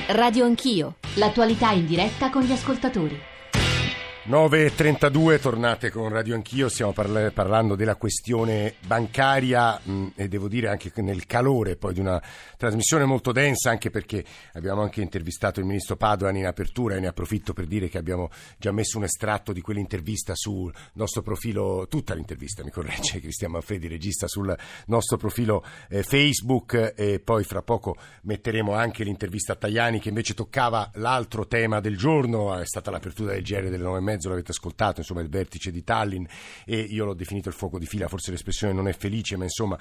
Radio Anch'io, l'attualità in diretta con gli ascoltatori. 9.32, tornate con Radio Anch'io, stiamo parlando della questione bancaria e devo dire anche nel calore poi di una trasmissione molto densa, anche perché abbiamo anche intervistato il ministro Padoan in apertura e ne approfitto per dire che abbiamo già messo un estratto di quell'intervista sul nostro profilo, tutta l'intervista mi corregge Cristian Manfredi, regista, sul nostro profilo Facebook, e poi fra poco metteremo anche l'intervista a Tajani che invece toccava l'altro tema del giorno, è stata l'apertura del GR delle 9:30. L'avete ascoltato, insomma, il vertice di Tallinn, e io l'ho definito il fuoco di fila, forse l'espressione non è felice, ma insomma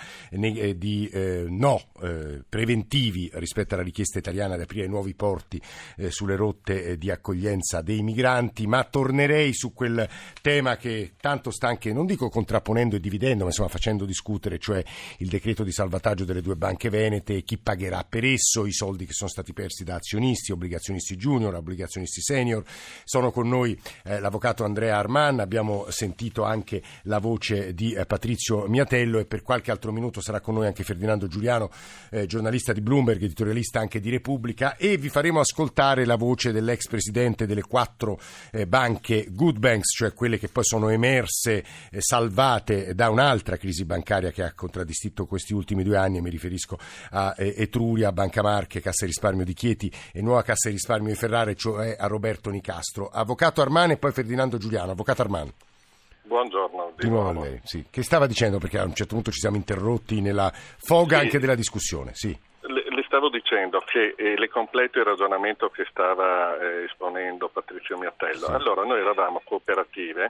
preventivi rispetto alla richiesta italiana di aprire nuovi porti sulle rotte di accoglienza dei migranti. Ma tornerei su quel tema che tanto sta anche, non dico contrapponendo e dividendo, ma insomma facendo discutere, cioè il decreto di salvataggio delle due banche venete, chi pagherà per esso, i soldi che sono stati persi da azionisti, obbligazionisti junior, obbligazionisti senior. Sono con noi l'avvocato Andrea Arman, abbiamo sentito anche la voce di Patrizio Miatello e per qualche altro minuto sarà con noi anche Ferdinando Giuliano, giornalista di Bloomberg, editorialista anche di Repubblica, e vi faremo ascoltare la voce dell'ex presidente delle 4 banche Good Banks, cioè quelle che poi sono emerse, salvate da un'altra crisi bancaria che ha contraddistinto questi ultimi 2 anni, e mi riferisco a Etruria, Banca Marche, Cassa di Risparmio di Chieti e Nuova Cassa di Risparmio di Ferrara, cioè a Roberto Nicastro. Avvocato Arman e poi Ferdinando Giuliano. Avvocato Arman. Buongiorno. Di nuovo a lei. Sì. Che stava dicendo, perché a un certo punto ci siamo interrotti nella foga anche della discussione. Sì. Le stavo dicendo che le completo il ragionamento che stava esponendo Patrizio Miatello. Sì. Allora, noi eravamo cooperative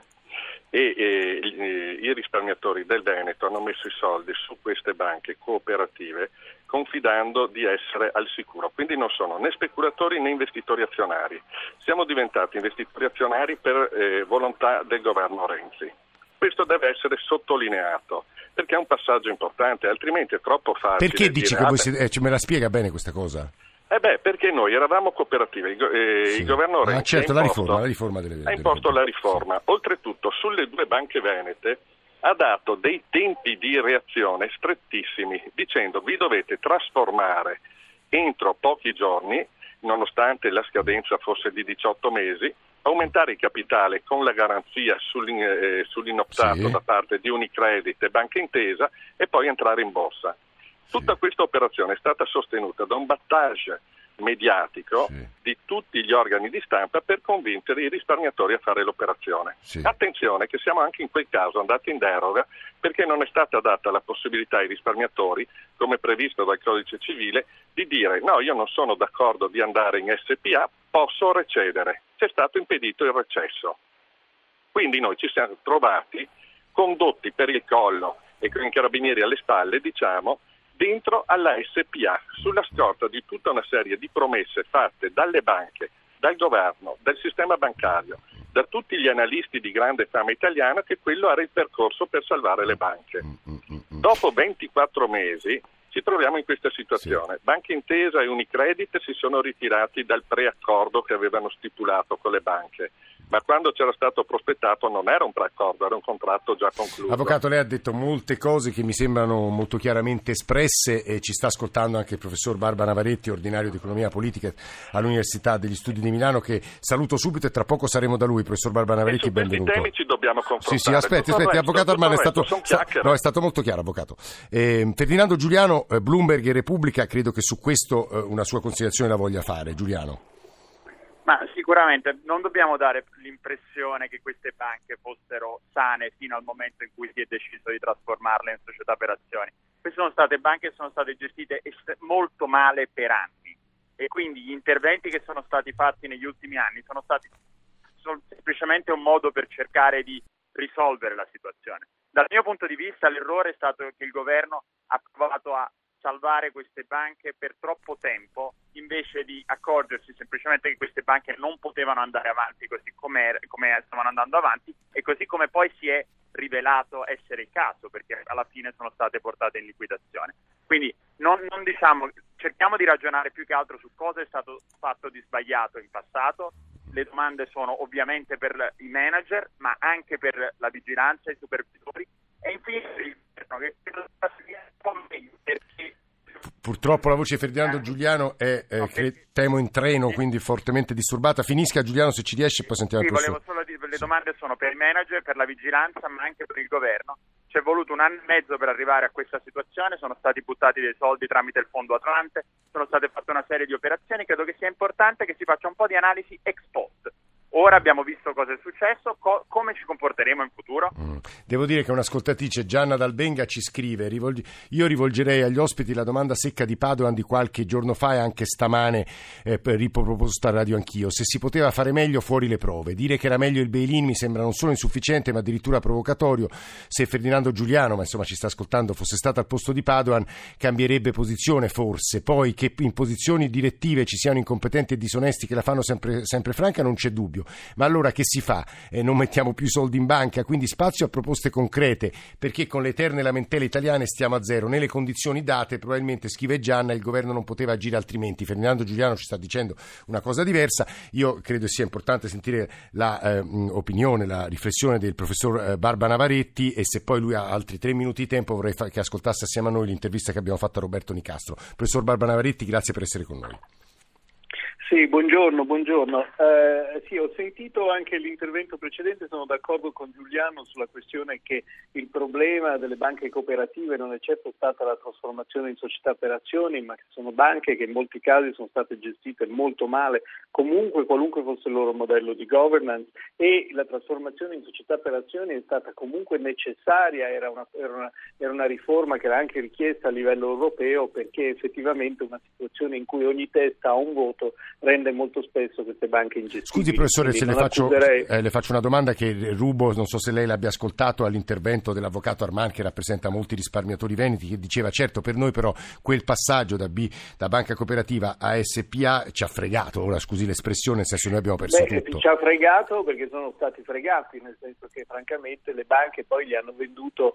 e i risparmiatori del Veneto hanno messo i soldi su queste banche cooperative confidando di essere al sicuro, quindi non sono né speculatori né investitori azionari. Siamo diventati investitori azionari per volontà del governo Renzi. Questo deve essere sottolineato perché è un passaggio importante, altrimenti è troppo facile. Perché dici che voi me la spiega bene questa cosa? Perché noi eravamo cooperative, il governo Renzi la riforma ha imposto la riforma. Oltretutto sulle 2 banche venete ha dato dei tempi di reazione strettissimi, dicendo vi dovete trasformare entro pochi giorni, nonostante la scadenza fosse di 18 mesi, aumentare il capitale con la garanzia sull'inoptato da parte di Unicredit e Banca Intesa e poi entrare in borsa. Tutta questa operazione è stata sostenuta da un battage mediatico di tutti gli organi di stampa per convincere i risparmiatori a fare l'operazione. Attenzione che siamo anche in quel caso andati in deroga perché non è stata data la possibilità ai risparmiatori, come previsto dal Codice Civile, di dire no, io non sono d'accordo di andare in SPA, posso recedere. C'è stato impedito il recesso. Quindi noi ci siamo trovati condotti per il collo e con i carabinieri alle spalle, diciamo, dentro alla SPA, sulla scorta di tutta una serie di promesse fatte dalle banche, dal governo, dal sistema bancario, da tutti gli analisti di grande fama italiana che quello era il percorso per salvare le banche. Dopo 24 mesi ci troviamo in questa situazione. Banca Intesa e Unicredit si sono ritirati dal preaccordo che avevano stipulato con le banche. Ma quando c'era stato prospettato non era un preaccordo, era un contratto già concluso. Avvocato, lei ha detto molte cose che mi sembrano molto chiaramente espresse e ci sta ascoltando anche il professor Barba Navaretti, ordinario di economia politica all'Università degli Studi di Milano, che saluto subito e tra poco saremo da lui. Professor Barba Navaretti, benvenuto. Su questi temi ci dobbiamo confrontare. Sì, aspetti, Avvocato Arman, è stato molto chiaro, Avvocato. Ferdinando Giuliano, Bloomberg e Repubblica, credo che su questo una sua considerazione la voglia fare. Giuliano. Ma sicuramente non dobbiamo dare l'impressione che queste banche fossero sane fino al momento in cui si è deciso di trasformarle in società per azioni. Queste sono state banche che sono state gestite molto male per anni e quindi gli interventi che sono stati fatti negli ultimi anni sono semplicemente un modo per cercare di risolvere la situazione. Dal mio punto di vista l'errore è stato che il governo ha provato a salvare queste banche per troppo tempo invece di accorgersi semplicemente che queste banche non potevano andare avanti così come stavano andando avanti e così come poi si è rivelato essere il caso, perché alla fine sono state portate in liquidazione. Quindi cerchiamo di ragionare più che altro su cosa è stato fatto di sbagliato in passato. Le domande sono ovviamente per i manager, ma anche per la vigilanza e i supervisori e infine per il governo che credo sia un po' meglio perché Purtroppo la voce di Ferdinando Giuliano è, temo, in treno, quindi fortemente disturbata. Finisca Giuliano se ci riesce e poi sentiamo il professore. Volevo solo dire, le domande sono per i manager, per la vigilanza, ma anche per il governo. C'è voluto 1 anno e mezzo per arrivare a questa situazione, sono stati buttati dei soldi tramite il Fondo Atlante, sono state fatte una serie di operazioni, credo che sia importante che si faccia un po' di analisi ex post. Ora abbiamo visto cosa è successo, come ci comporteremo in futuro. Devo dire che un'ascoltatrice, Gianna Dalbenga, ci scrive: io rivolgerei agli ospiti la domanda secca di Padoan di qualche giorno fa e anche stamane riproposta a Radio Anch'io. Se si poteva fare meglio, fuori le prove. Dire che era meglio il bail-in mi sembra non solo insufficiente ma addirittura provocatorio. Se Ferdinando Giuliano, ma insomma ci sta ascoltando, fosse stato al posto di Padoan, cambierebbe posizione forse. Poi che in posizioni direttive ci siano incompetenti e disonesti che la fanno sempre franca non c'è dubbio. Ma allora che si fa? Non mettiamo più soldi in banca, quindi spazio a proposte concrete, perché con le eterne lamentele italiane stiamo a zero. Nelle condizioni date, probabilmente, scrive Gianna, il governo non poteva agire altrimenti. Ferdinando Giuliano ci sta dicendo una cosa diversa. Io credo sia importante sentire la opinione, la riflessione del professor Barba Navaretti, e se poi lui ha altri 3 minuti di tempo vorrei che ascoltasse assieme a noi l'intervista che abbiamo fatto a Roberto Nicastro. Professor Barba Navaretti, grazie per essere con noi. Sì, buongiorno. Sì, ho sentito anche l'intervento precedente, sono d'accordo con Giuliano sulla questione che il problema delle banche cooperative non è certo stata la trasformazione in società per azioni, ma che sono banche che in molti casi sono state gestite molto male, comunque qualunque fosse il loro modello di governance, e la trasformazione in società per azioni è stata comunque necessaria, era una riforma che era anche richiesta a livello europeo, perché effettivamente una situazione in cui ogni testa ha un voto rende molto spesso queste banche ingestibili. Scusi professore, se le faccio una domanda che rubo, non so se lei l'abbia ascoltato, all'intervento dell'avvocato Arman, che rappresenta molti risparmiatori veneti, che diceva: certo, per noi però quel passaggio da banca cooperativa a SPA ci ha fregato. Ora scusi l'espressione, nel senso, noi abbiamo perso tutto. Ci ha fregato perché sono stati fregati, nel senso che francamente le banche poi gli hanno venduto,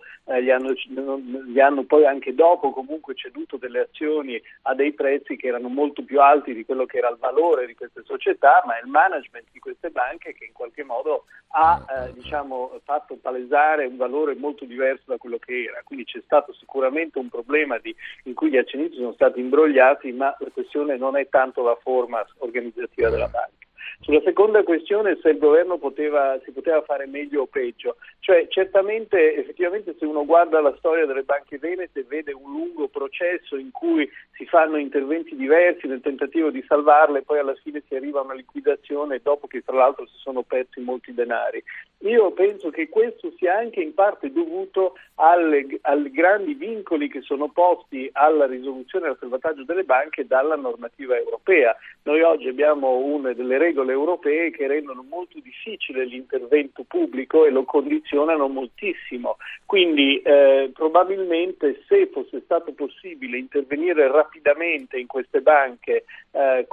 gli hanno poi anche dopo comunque ceduto delle azioni a dei prezzi che erano molto più alti di quello che era il valore di queste società, ma è il management di queste banche che in qualche modo ha fatto palesare un valore molto diverso da quello che era. Quindi c'è stato sicuramente un problema in cui gli azionisti sono stati imbrogliati, ma la questione non è tanto la forma organizzativa della banca. Sulla seconda questione, se il governo si poteva fare meglio o peggio, cioè certamente, effettivamente, se uno guarda la storia delle banche venete vede un lungo processo in cui si fanno interventi diversi nel tentativo di salvarle, poi alla fine si arriva a una liquidazione dopo che tra l'altro si sono persi molti denari. Io penso che questo sia anche in parte dovuto ai grandi vincoli che sono posti alla risoluzione e al salvataggio delle banche dalla normativa europea. Noi oggi abbiamo delle regole europee che rendono molto difficile l'intervento pubblico e lo condizionano moltissimo. Quindi probabilmente, se fosse stato possibile intervenire rapidamente in queste banche anche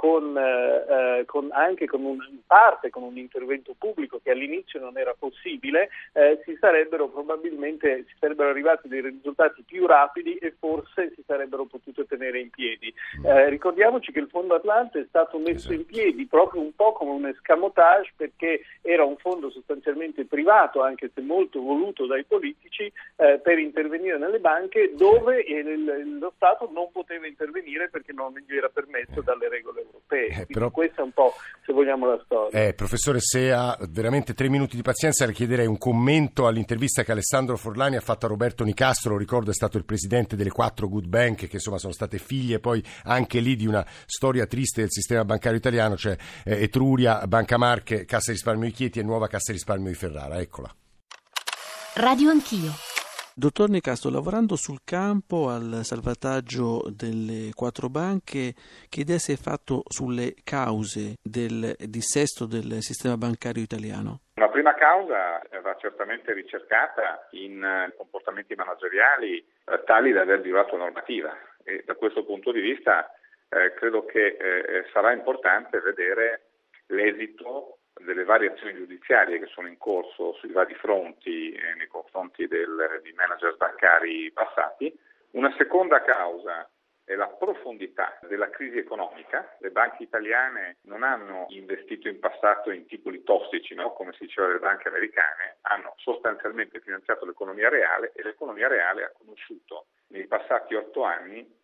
con un intervento pubblico che all'inizio non era possibile, si sarebbero arrivati dei risultati più rapidi e forse si sarebbero potute tenere in piedi. Ricordiamoci che il Fondo Atlante è stato messo in piedi proprio un po' come un escamotage, perché era un fondo sostanzialmente privato, anche se molto voluto dai politici, per intervenire nelle banche dove lo Stato non poteva intervenire perché non gli era permesso dalle regole europee. Però questa è un po', se vogliamo, la storia. Professore, se ha veramente 3 minuti di pazienza, le chiederei un commento all'intervista che Alessandro Forlani ha fatto a Roberto Nicastro. Ricordo, è stato il presidente delle 4 good bank, che insomma sono state figlie poi anche lì di una storia triste del sistema bancario italiano, cioè Etruria, Banca Marche, Cassa di Risparmio di Chieti e Nuova Cassa di Risparmio di Ferrara. Eccola. Radio Anch'io. Dottor Nicastro, lavorando sul campo al salvataggio delle 4 banche, che idea si è fatto sulle cause del dissesto del sistema bancario italiano? La prima causa va certamente ricercata in comportamenti manageriali tali da aver violato la normativa, e da questo punto di vista credo che sarà importante vedere l'esito delle varie azioni giudiziarie che sono in corso sui vari fronti nei confronti di manager bancari passati. Una seconda causa è la profondità della crisi economica. Le banche italiane non hanno investito in passato in titoli tossici, no? Come si diceva delle banche americane, hanno sostanzialmente finanziato l'economia reale, e l'economia reale ha conosciuto nei passati 8 anni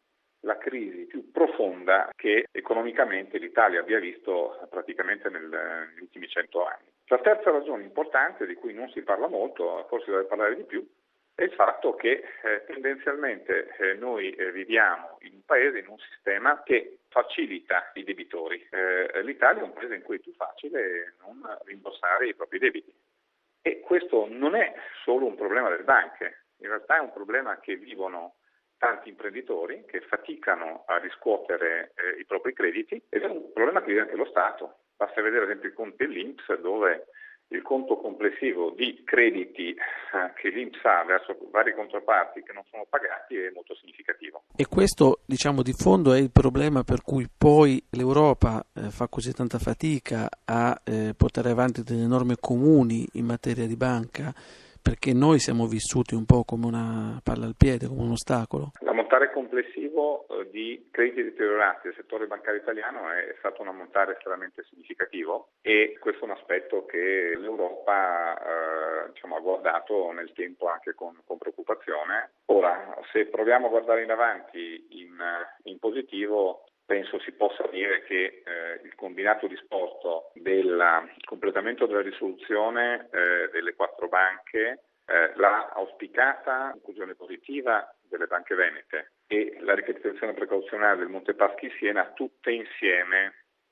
la crisi più profonda che economicamente l'Italia abbia visto praticamente negli ultimi 100 anni. La terza ragione importante, di cui non si parla molto, forse deve parlare di più, è il fatto che tendenzialmente noi viviamo in un paese, in un sistema che facilita i debitori. L'Italia è un paese in cui è più facile non rimborsare i propri debiti. E questo non è solo un problema delle banche, in realtà è un problema che vivono tanti imprenditori che faticano a riscuotere i propri crediti, ed è un problema che vive anche lo Stato. Basta vedere ad esempio i conti dell'INPS, dove il conto complessivo di crediti che l'INPS ha verso varie controparti che non sono pagati è molto significativo. E questo, diciamo, di fondo è il problema per cui poi l'Europa fa così tanta fatica a portare avanti delle norme comuni in materia di banca, perché noi siamo vissuti un po' come una palla al piede, come un ostacolo. L'ammontare complessivo di crediti deteriorati del settore bancario italiano è stato un ammontare estremamente significativo, e questo è un aspetto che l'Europa ha guardato nel tempo anche con preoccupazione. Ora, se proviamo a guardare in avanti in positivo, penso si possa dire che il combinato disposto del completamento della risoluzione delle 4 banche, la auspicata conclusione positiva delle banche venete e la ricapitalizzazione precauzionale del Monte Paschi Siena, tutte insieme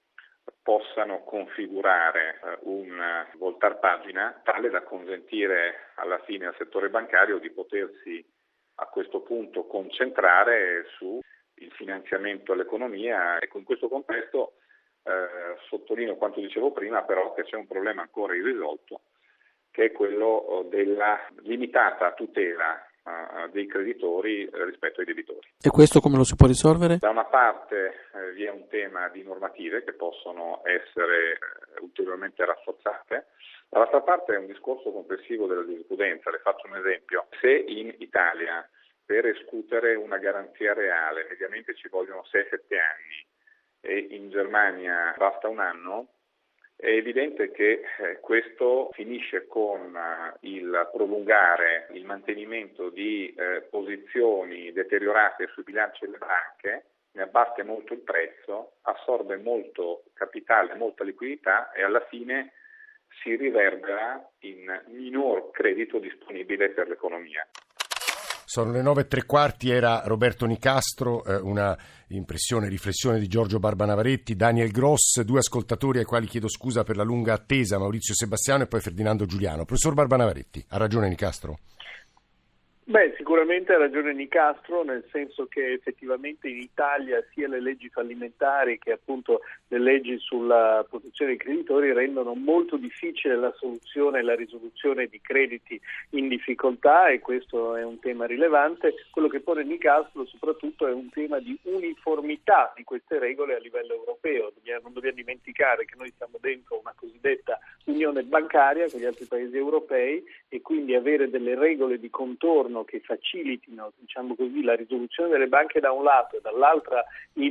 possano configurare un voltar pagina tale da consentire alla fine al settore bancario di potersi a questo punto concentrare su il finanziamento all'economia. Ecco, in questo contesto sottolineo quanto dicevo prima, però, che c'è un problema ancora irrisolto, che è quello della limitata tutela dei creditori rispetto ai debitori. E questo come lo si può risolvere? Da una parte vi è un tema di normative che possono essere ulteriormente rafforzate, dall'altra parte è un discorso complessivo della giurisprudenza. Le faccio un esempio: se in Italia per escutere una garanzia reale mediamente ci vogliono 6-7 anni e in Germania basta un anno, è evidente che questo finisce con il prolungare il mantenimento di posizioni deteriorate sui bilanci delle banche, ne abbatte molto il prezzo, assorbe molto capitale, molta liquidità, e alla fine si riverbera in minor credito disponibile per l'economia. Sono le 9:15, era Roberto Nicastro, una impressione, riflessione di Giorgio Barbanavaretti, Daniel Gross, 2 ascoltatori ai quali chiedo scusa per la lunga attesa, Maurizio Sebastiano e poi Ferdinando Giuliano. Professor Barbanavaretti, ha ragione Nicastro? Beh, sicuramente ha ragione Nicastro, nel senso che effettivamente in Italia sia le leggi fallimentari che appunto le leggi sulla protezione dei creditori rendono molto difficile la soluzione e la risoluzione di crediti in difficoltà, e questo è un tema rilevante. Quello che pone Nicastro soprattutto è un tema di uniformità di queste regole a livello europeo. Non dobbiamo dimenticare che noi siamo dentro una cosiddetta unione bancaria con gli altri paesi europei, e quindi avere delle regole di contorno che facilitino, diciamo così, la risoluzione delle banche da un lato e dall'altra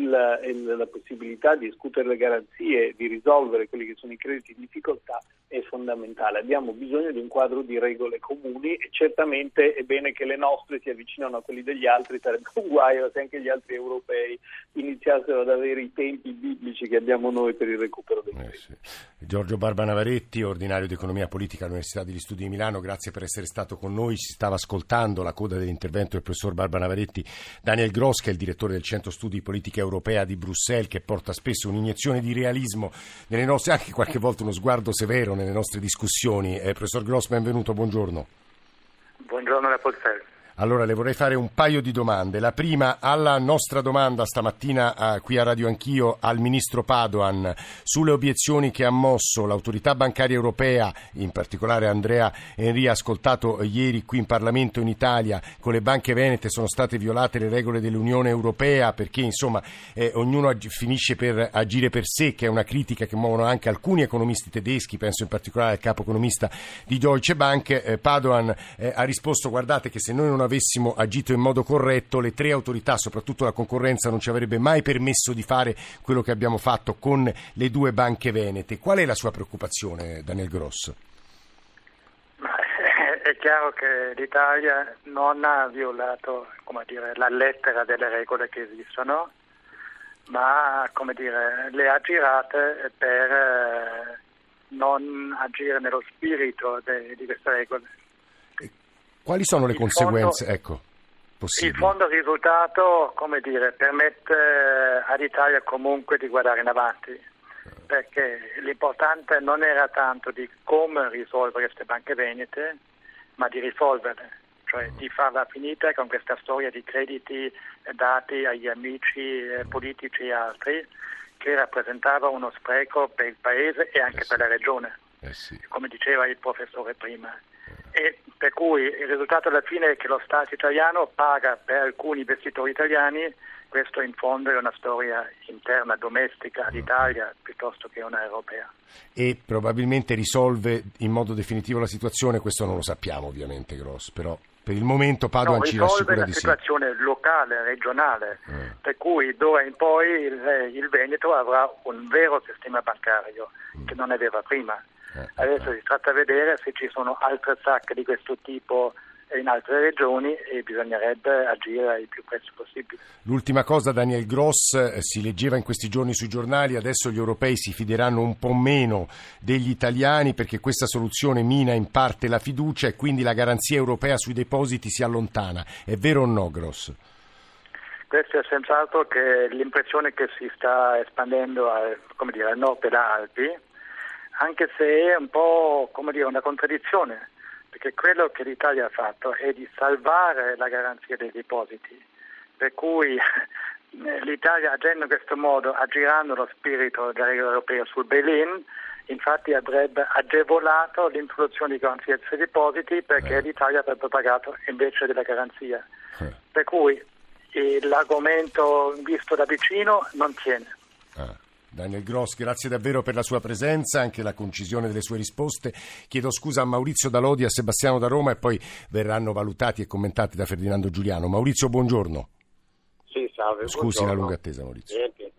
la possibilità di discutere le garanzie, di risolvere quelli che sono i crediti in difficoltà, è fondamentale. Abbiamo bisogno di un quadro di regole comuni, e certamente è bene che le nostre si avvicinano a quelli degli altri. Sarebbe un guaio se anche gli altri europei iniziassero ad avere i tempi biblici che abbiamo noi per il recupero dei crediti. Sì. Giorgio Barbanavaretti, ordinario di Economia Politica all'Università degli Studi di Milano, grazie per essere stato con noi. Si stava ascoltando la coda dell'intervento del professor Barbanavaretti, Daniel Gross, che è il direttore del Centro Studi Politica Europea di Bruxelles, che porta spesso un'iniezione di realismo nelle nostre, anche qualche volta uno sguardo severo nelle nostre discussioni. Professor Gross, benvenuto, buongiorno. Buongiorno da Bruxelles. Allora, le vorrei fare un paio di domande. La prima, alla nostra domanda stamattina qui a Radio Anch'io al ministro Padoan sulle obiezioni che ha mosso l'autorità bancaria europea, in particolare Andrea Enria, ascoltato ieri qui in Parlamento in Italia, con le banche venete sono state violate le regole dell'Unione Europea perché insomma ognuno finisce per agire per sé, che è una critica che muovono anche alcuni economisti tedeschi, penso in particolare al capo economista di Deutsche Bank. Padoan ha risposto: guardate che se noi non avessimo agito in modo corretto, le 3 autorità, soprattutto la concorrenza, non ci avrebbe mai permesso di fare quello che abbiamo fatto con le 2 banche venete. Qual è la sua preoccupazione, Daniel Gross? è chiaro che l'Italia non ha violato, la lettera delle regole che esistono, ma, le ha girate per non agire nello spirito di queste regole. Quali sono le conseguenze? Il fondo risultato, permette all'Italia comunque di guardare in avanti, perché l'importante non era tanto di come risolvere queste banche venete, ma di risolverle, cioè di farla finita con questa storia di crediti dati agli amici politici e altri, che rappresentava uno spreco per il Paese e anche per la Regione, come diceva il professore prima. E per cui il risultato alla fine è che lo Stato italiano paga per alcuni investitori italiani. Questo in fondo è una storia interna, domestica all'Italia piuttosto che una europea. E probabilmente risolve in modo definitivo la situazione, questo non lo sappiamo ovviamente, Gross, però per il momento Padoan ci rassicura di sì. Risolve la situazione locale, regionale, per cui d'ora in poi il Veneto avrà un vero sistema bancario che non aveva prima. Adesso si tratta di vedere se ci sono altre sacche di questo tipo in altre regioni e bisognerebbe agire il più presto possibile. L'ultima cosa, Daniel Gross, si leggeva in questi giorni sui giornali, adesso gli europei si fideranno un po' meno degli italiani perché questa soluzione mina in parte la fiducia e quindi la garanzia europea sui depositi si allontana. È vero o no, Gross? Questo è senz'altro che l'impressione che si sta espandendo al nord delle Alpi, anche se è un po' una contraddizione, perché quello che l'Italia ha fatto è di salvare la garanzia dei depositi, per cui l'Italia agendo in questo modo, aggirando lo spirito della regola europea sul bail-in, infatti avrebbe agevolato l'introduzione di garanzia dei depositi perché l'Italia avrebbe pagato invece della garanzia. Per cui l'argomento visto da vicino non tiene. Daniel Gross, grazie davvero per la sua presenza, anche la concisione delle sue risposte. Chiedo scusa a Maurizio da Lodi e a Sebastiano da Roma e poi verranno valutati e commentati da Ferdinando Giuliano. Maurizio, buongiorno. Sì, salve. Scusi buongiorno. La lunga attesa, Maurizio.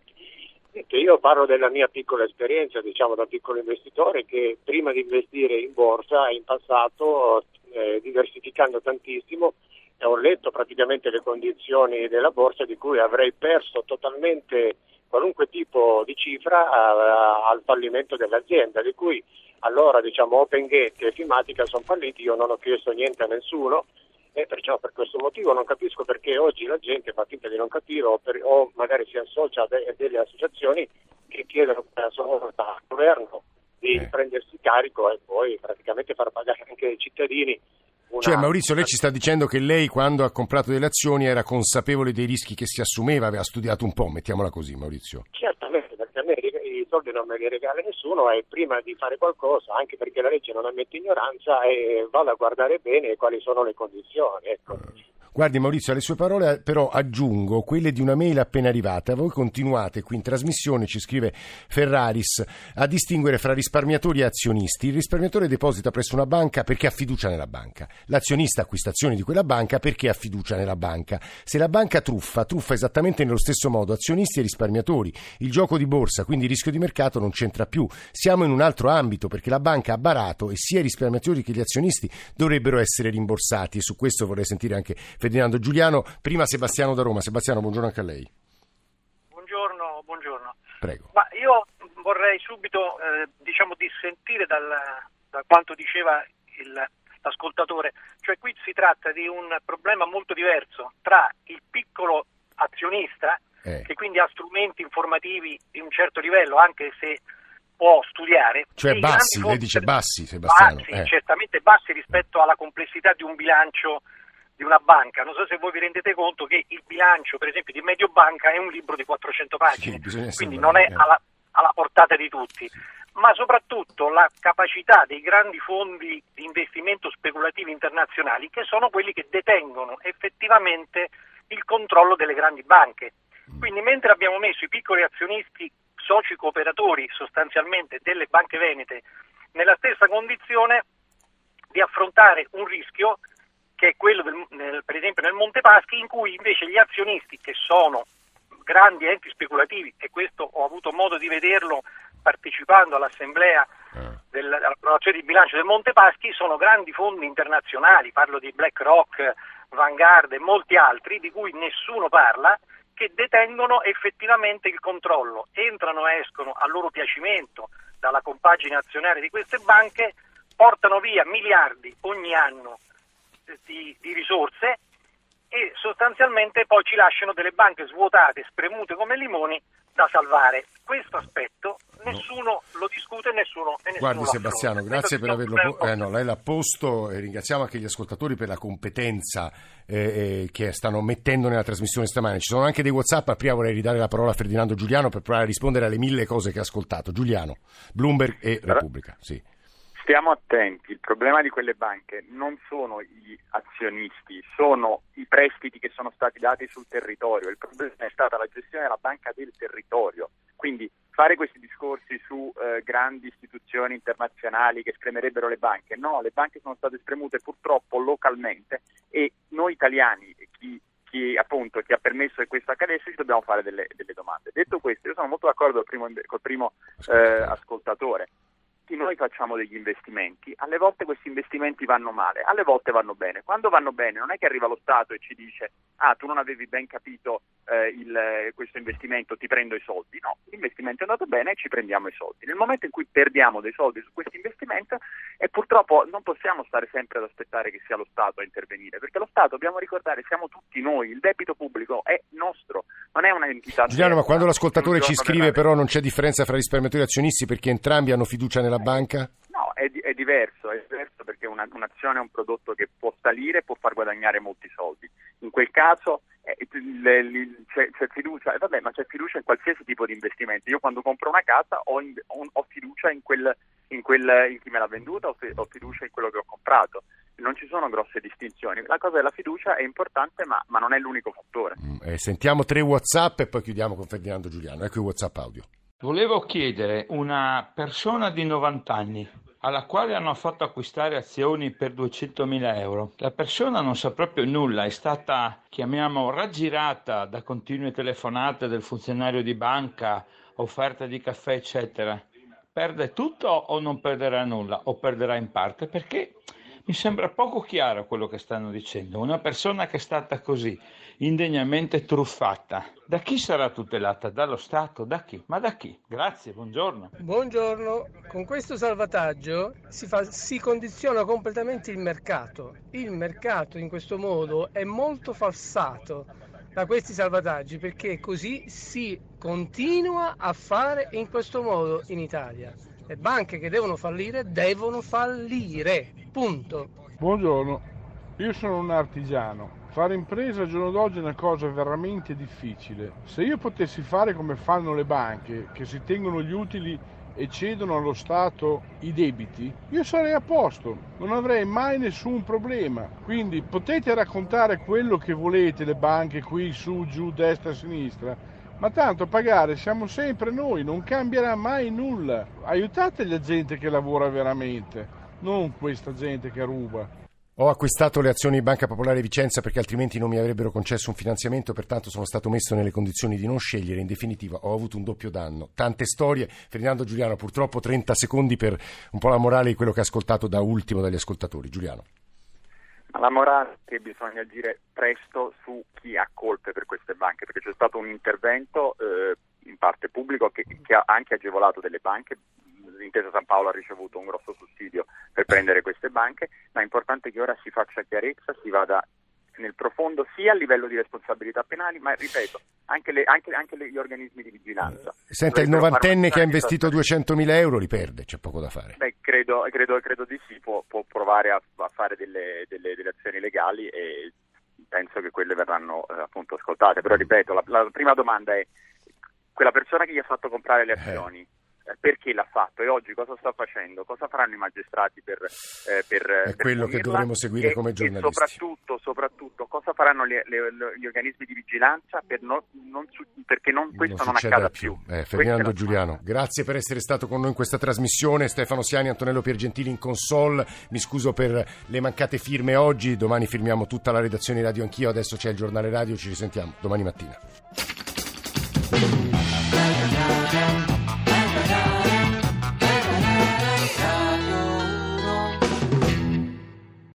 Niente, io parlo della mia piccola esperienza, da piccolo investitore che prima di investire in borsa in passato, diversificando tantissimo, ho letto praticamente le condizioni della borsa di cui avrei perso totalmente qualunque tipo di cifra al fallimento dell'azienda, di cui allora Opengate e Fimatica sono falliti, io non ho chiesto niente a nessuno e perciò per questo motivo non capisco perché oggi la gente fa finta di non capire o magari si associa a delle associazioni che chiedono al governo di prendersi carico e poi praticamente far pagare anche ai cittadini. Cioè Maurizio, lei ci sta dicendo che lei quando ha comprato delle azioni era consapevole dei rischi che si assumeva, aveva studiato un po', mettiamola così, Maurizio. Certamente, perché a me i soldi non me li regala nessuno e prima di fare qualcosa, anche perché la legge non ammette ignoranza, vado a guardare bene quali sono le condizioni, ecco. Guardi Maurizio, alle sue parole però aggiungo quelle di una mail appena arrivata. Voi continuate qui in trasmissione, ci scrive Ferraris, a distinguere fra risparmiatori e azionisti. Il risparmiatore deposita presso una banca perché ha fiducia nella banca. L'azionista acquista azioni di quella banca perché ha fiducia nella banca. Se la banca truffa esattamente nello stesso modo azionisti e risparmiatori. Il gioco di borsa, quindi il rischio di mercato, non c'entra più. Siamo in un altro ambito perché la banca ha barato e sia i risparmiatori che gli azionisti dovrebbero essere rimborsati e su questo vorrei sentire anche Ferdinando Giuliano. Prima Sebastiano da Roma. Sebastiano, buongiorno anche a lei. Buongiorno. Prego. Ma io vorrei subito dissentire da quanto diceva l'ascoltatore, cioè qui si tratta di un problema molto diverso tra il piccolo azionista che quindi ha strumenti informativi di un certo livello anche se può studiare. Cioè bassi, lei dice bassi, Sebastiano. Bassi, certamente bassi rispetto alla complessità di un bilancio di una banca. Non so se voi vi rendete conto che il bilancio, per esempio, di Mediobanca è un libro di 400 pagine, quindi non è alla portata di tutti. Ma soprattutto la capacità dei grandi fondi di investimento speculativi internazionali, che sono quelli che detengono effettivamente il controllo delle grandi banche. Quindi mentre abbiamo messo i piccoli azionisti, soci cooperatori sostanzialmente delle banche venete, nella stessa condizione di affrontare un rischio che è quello per esempio nel Monte Paschi, in cui invece gli azionisti, che sono grandi enti speculativi, e questo ho avuto modo di vederlo partecipando all'assemblea dell'approvazione di bilancio del Monte Paschi sono grandi fondi internazionali, parlo di BlackRock, Vanguard e molti altri di cui nessuno parla, che detengono effettivamente il controllo, entrano e escono a loro piacimento dalla compagine azionaria di queste banche, portano via miliardi ogni anno di risorse e sostanzialmente poi ci lasciano delle banche svuotate, spremute come limoni, da salvare. Questo aspetto nessuno lo discute, nessuno Guardi Sebastiano, affronta. grazie per averlo lei l'ha posto, e ringraziamo anche gli ascoltatori per la competenza che stanno mettendo nella trasmissione stamane. Ci sono anche dei WhatsApp, ma prima vorrei ridare la parola a Ferdinando Giuliano per provare a rispondere alle 1000 cose che ha ascoltato. Giuliano, Bloomberg e Repubblica, sì. Stiamo attenti, il problema di quelle banche non sono gli azionisti, sono i prestiti che sono stati dati sul territorio, il problema è stata la gestione della banca del territorio, quindi fare questi discorsi su grandi istituzioni internazionali che spremerebbero le banche, no, le banche sono state spremute purtroppo localmente e noi italiani, chi ha permesso che questo accadesse, ci dobbiamo fare delle domande. Detto questo, io sono molto d'accordo col primo ascoltatore. Noi facciamo degli investimenti, alle volte questi investimenti vanno male, alle volte vanno bene. Quando vanno bene non è che arriva lo Stato e ci dice tu non avevi ben capito questo investimento, ti prendo i soldi. No, l'investimento è andato bene e ci prendiamo i soldi. Nel momento in cui perdiamo dei soldi su questo investimento, e purtroppo non possiamo stare sempre ad aspettare che sia lo Stato a intervenire, perché lo Stato, dobbiamo ricordare, siamo tutti noi, il debito pubblico è nostro, non è un'entità. Giuliano, ma quando l'ascoltatore ci scrive però non c'è differenza fra risparmiatori e azionisti perché entrambi hanno fiducia nella banca? No, è diverso perché un'azione è un prodotto che può salire e può far guadagnare molti soldi. In quel caso c'è fiducia, ma c'è fiducia in qualsiasi tipo di investimento. Io quando compro una casa ho fiducia in chi me l'ha venduta, ho fiducia in quello che ho comprato. Non ci sono grosse distinzioni. La cosa della fiducia è importante, ma non è l'unico fattore. Sentiamo 3 WhatsApp e poi chiudiamo con Ferdinando Giuliano. Ecco i WhatsApp audio. Volevo chiedere, una persona di 90 anni alla quale hanno fatto acquistare azioni per 200.000 euro. La persona non sa proprio nulla, è stata, chiamiamo, raggirata da continue telefonate del funzionario di banca, offerta di caffè, eccetera. Perde tutto o non perderà nulla, o perderà in parte? Perché mi sembra poco chiaro quello che stanno dicendo. Una persona che è stata così indegnamente truffata, da chi sarà tutelata? Dallo Stato? Da chi? Ma da chi? Grazie, buongiorno. Buongiorno. Con questo salvataggio si condiziona completamente il mercato. Il mercato in questo modo è molto falsato da questi salvataggi, perché così si continua a fare in questo modo in Italia. Le banche che devono fallire, punto. Buongiorno, io sono un artigiano. Fare impresa al giorno d'oggi è una cosa veramente difficile. Se io potessi fare come fanno le banche, che si tengono gli utili e cedono allo Stato i debiti, io sarei a posto, non avrei mai nessun problema. Quindi potete raccontare quello che volete, le banche qui, su, giù, destra, sinistra, ma tanto a pagare siamo sempre noi, non cambierà mai nulla. Aiutate la gente che lavora veramente, non questa gente che ruba. Ho acquistato le azioni di Banca Popolare Vicenza perché altrimenti non mi avrebbero concesso un finanziamento, pertanto sono stato messo nelle condizioni di non scegliere. In definitiva ho avuto un doppio danno. Tante storie. Ferdinando Giuliano, purtroppo 30 secondi per un po' la morale di quello che ha ascoltato da ultimo dagli ascoltatori. Giuliano. La morale è che bisogna agire presto su chi ha colpe per queste banche, perché c'è stato un intervento in parte pubblico che ha anche agevolato delle banche. L'Intesa San Paolo ha ricevuto un grosso sussidio per prendere queste banche, ma è importante che ora si faccia chiarezza, si vada nel profondo sia a livello di responsabilità penali, ma ripeto, anche gli organismi di vigilanza. Senta, il novantenne che ha investito 200.000 euro li perde, c'è poco da fare. Beh, credo di sì, può provare a fare delle azioni legali e penso che quelle verranno appunto ascoltate, però ripeto, la prima domanda è: quella persona che gli ha fatto comprare le azioni, perché l'ha fatto e oggi cosa sta facendo? Cosa faranno i magistrati per quello che dovremo seguire come giornalisti. E soprattutto cosa faranno gli organismi di vigilanza perché questo non accada più. Ferdinando Giuliano, grazie per essere stato con noi in questa trasmissione. Stefano Siani, Antonello Piergentili in console. Mi scuso per le mancate firme oggi, domani firmiamo tutta la redazione Radio Anch'io, adesso c'è il giornale radio, ci risentiamo domani mattina.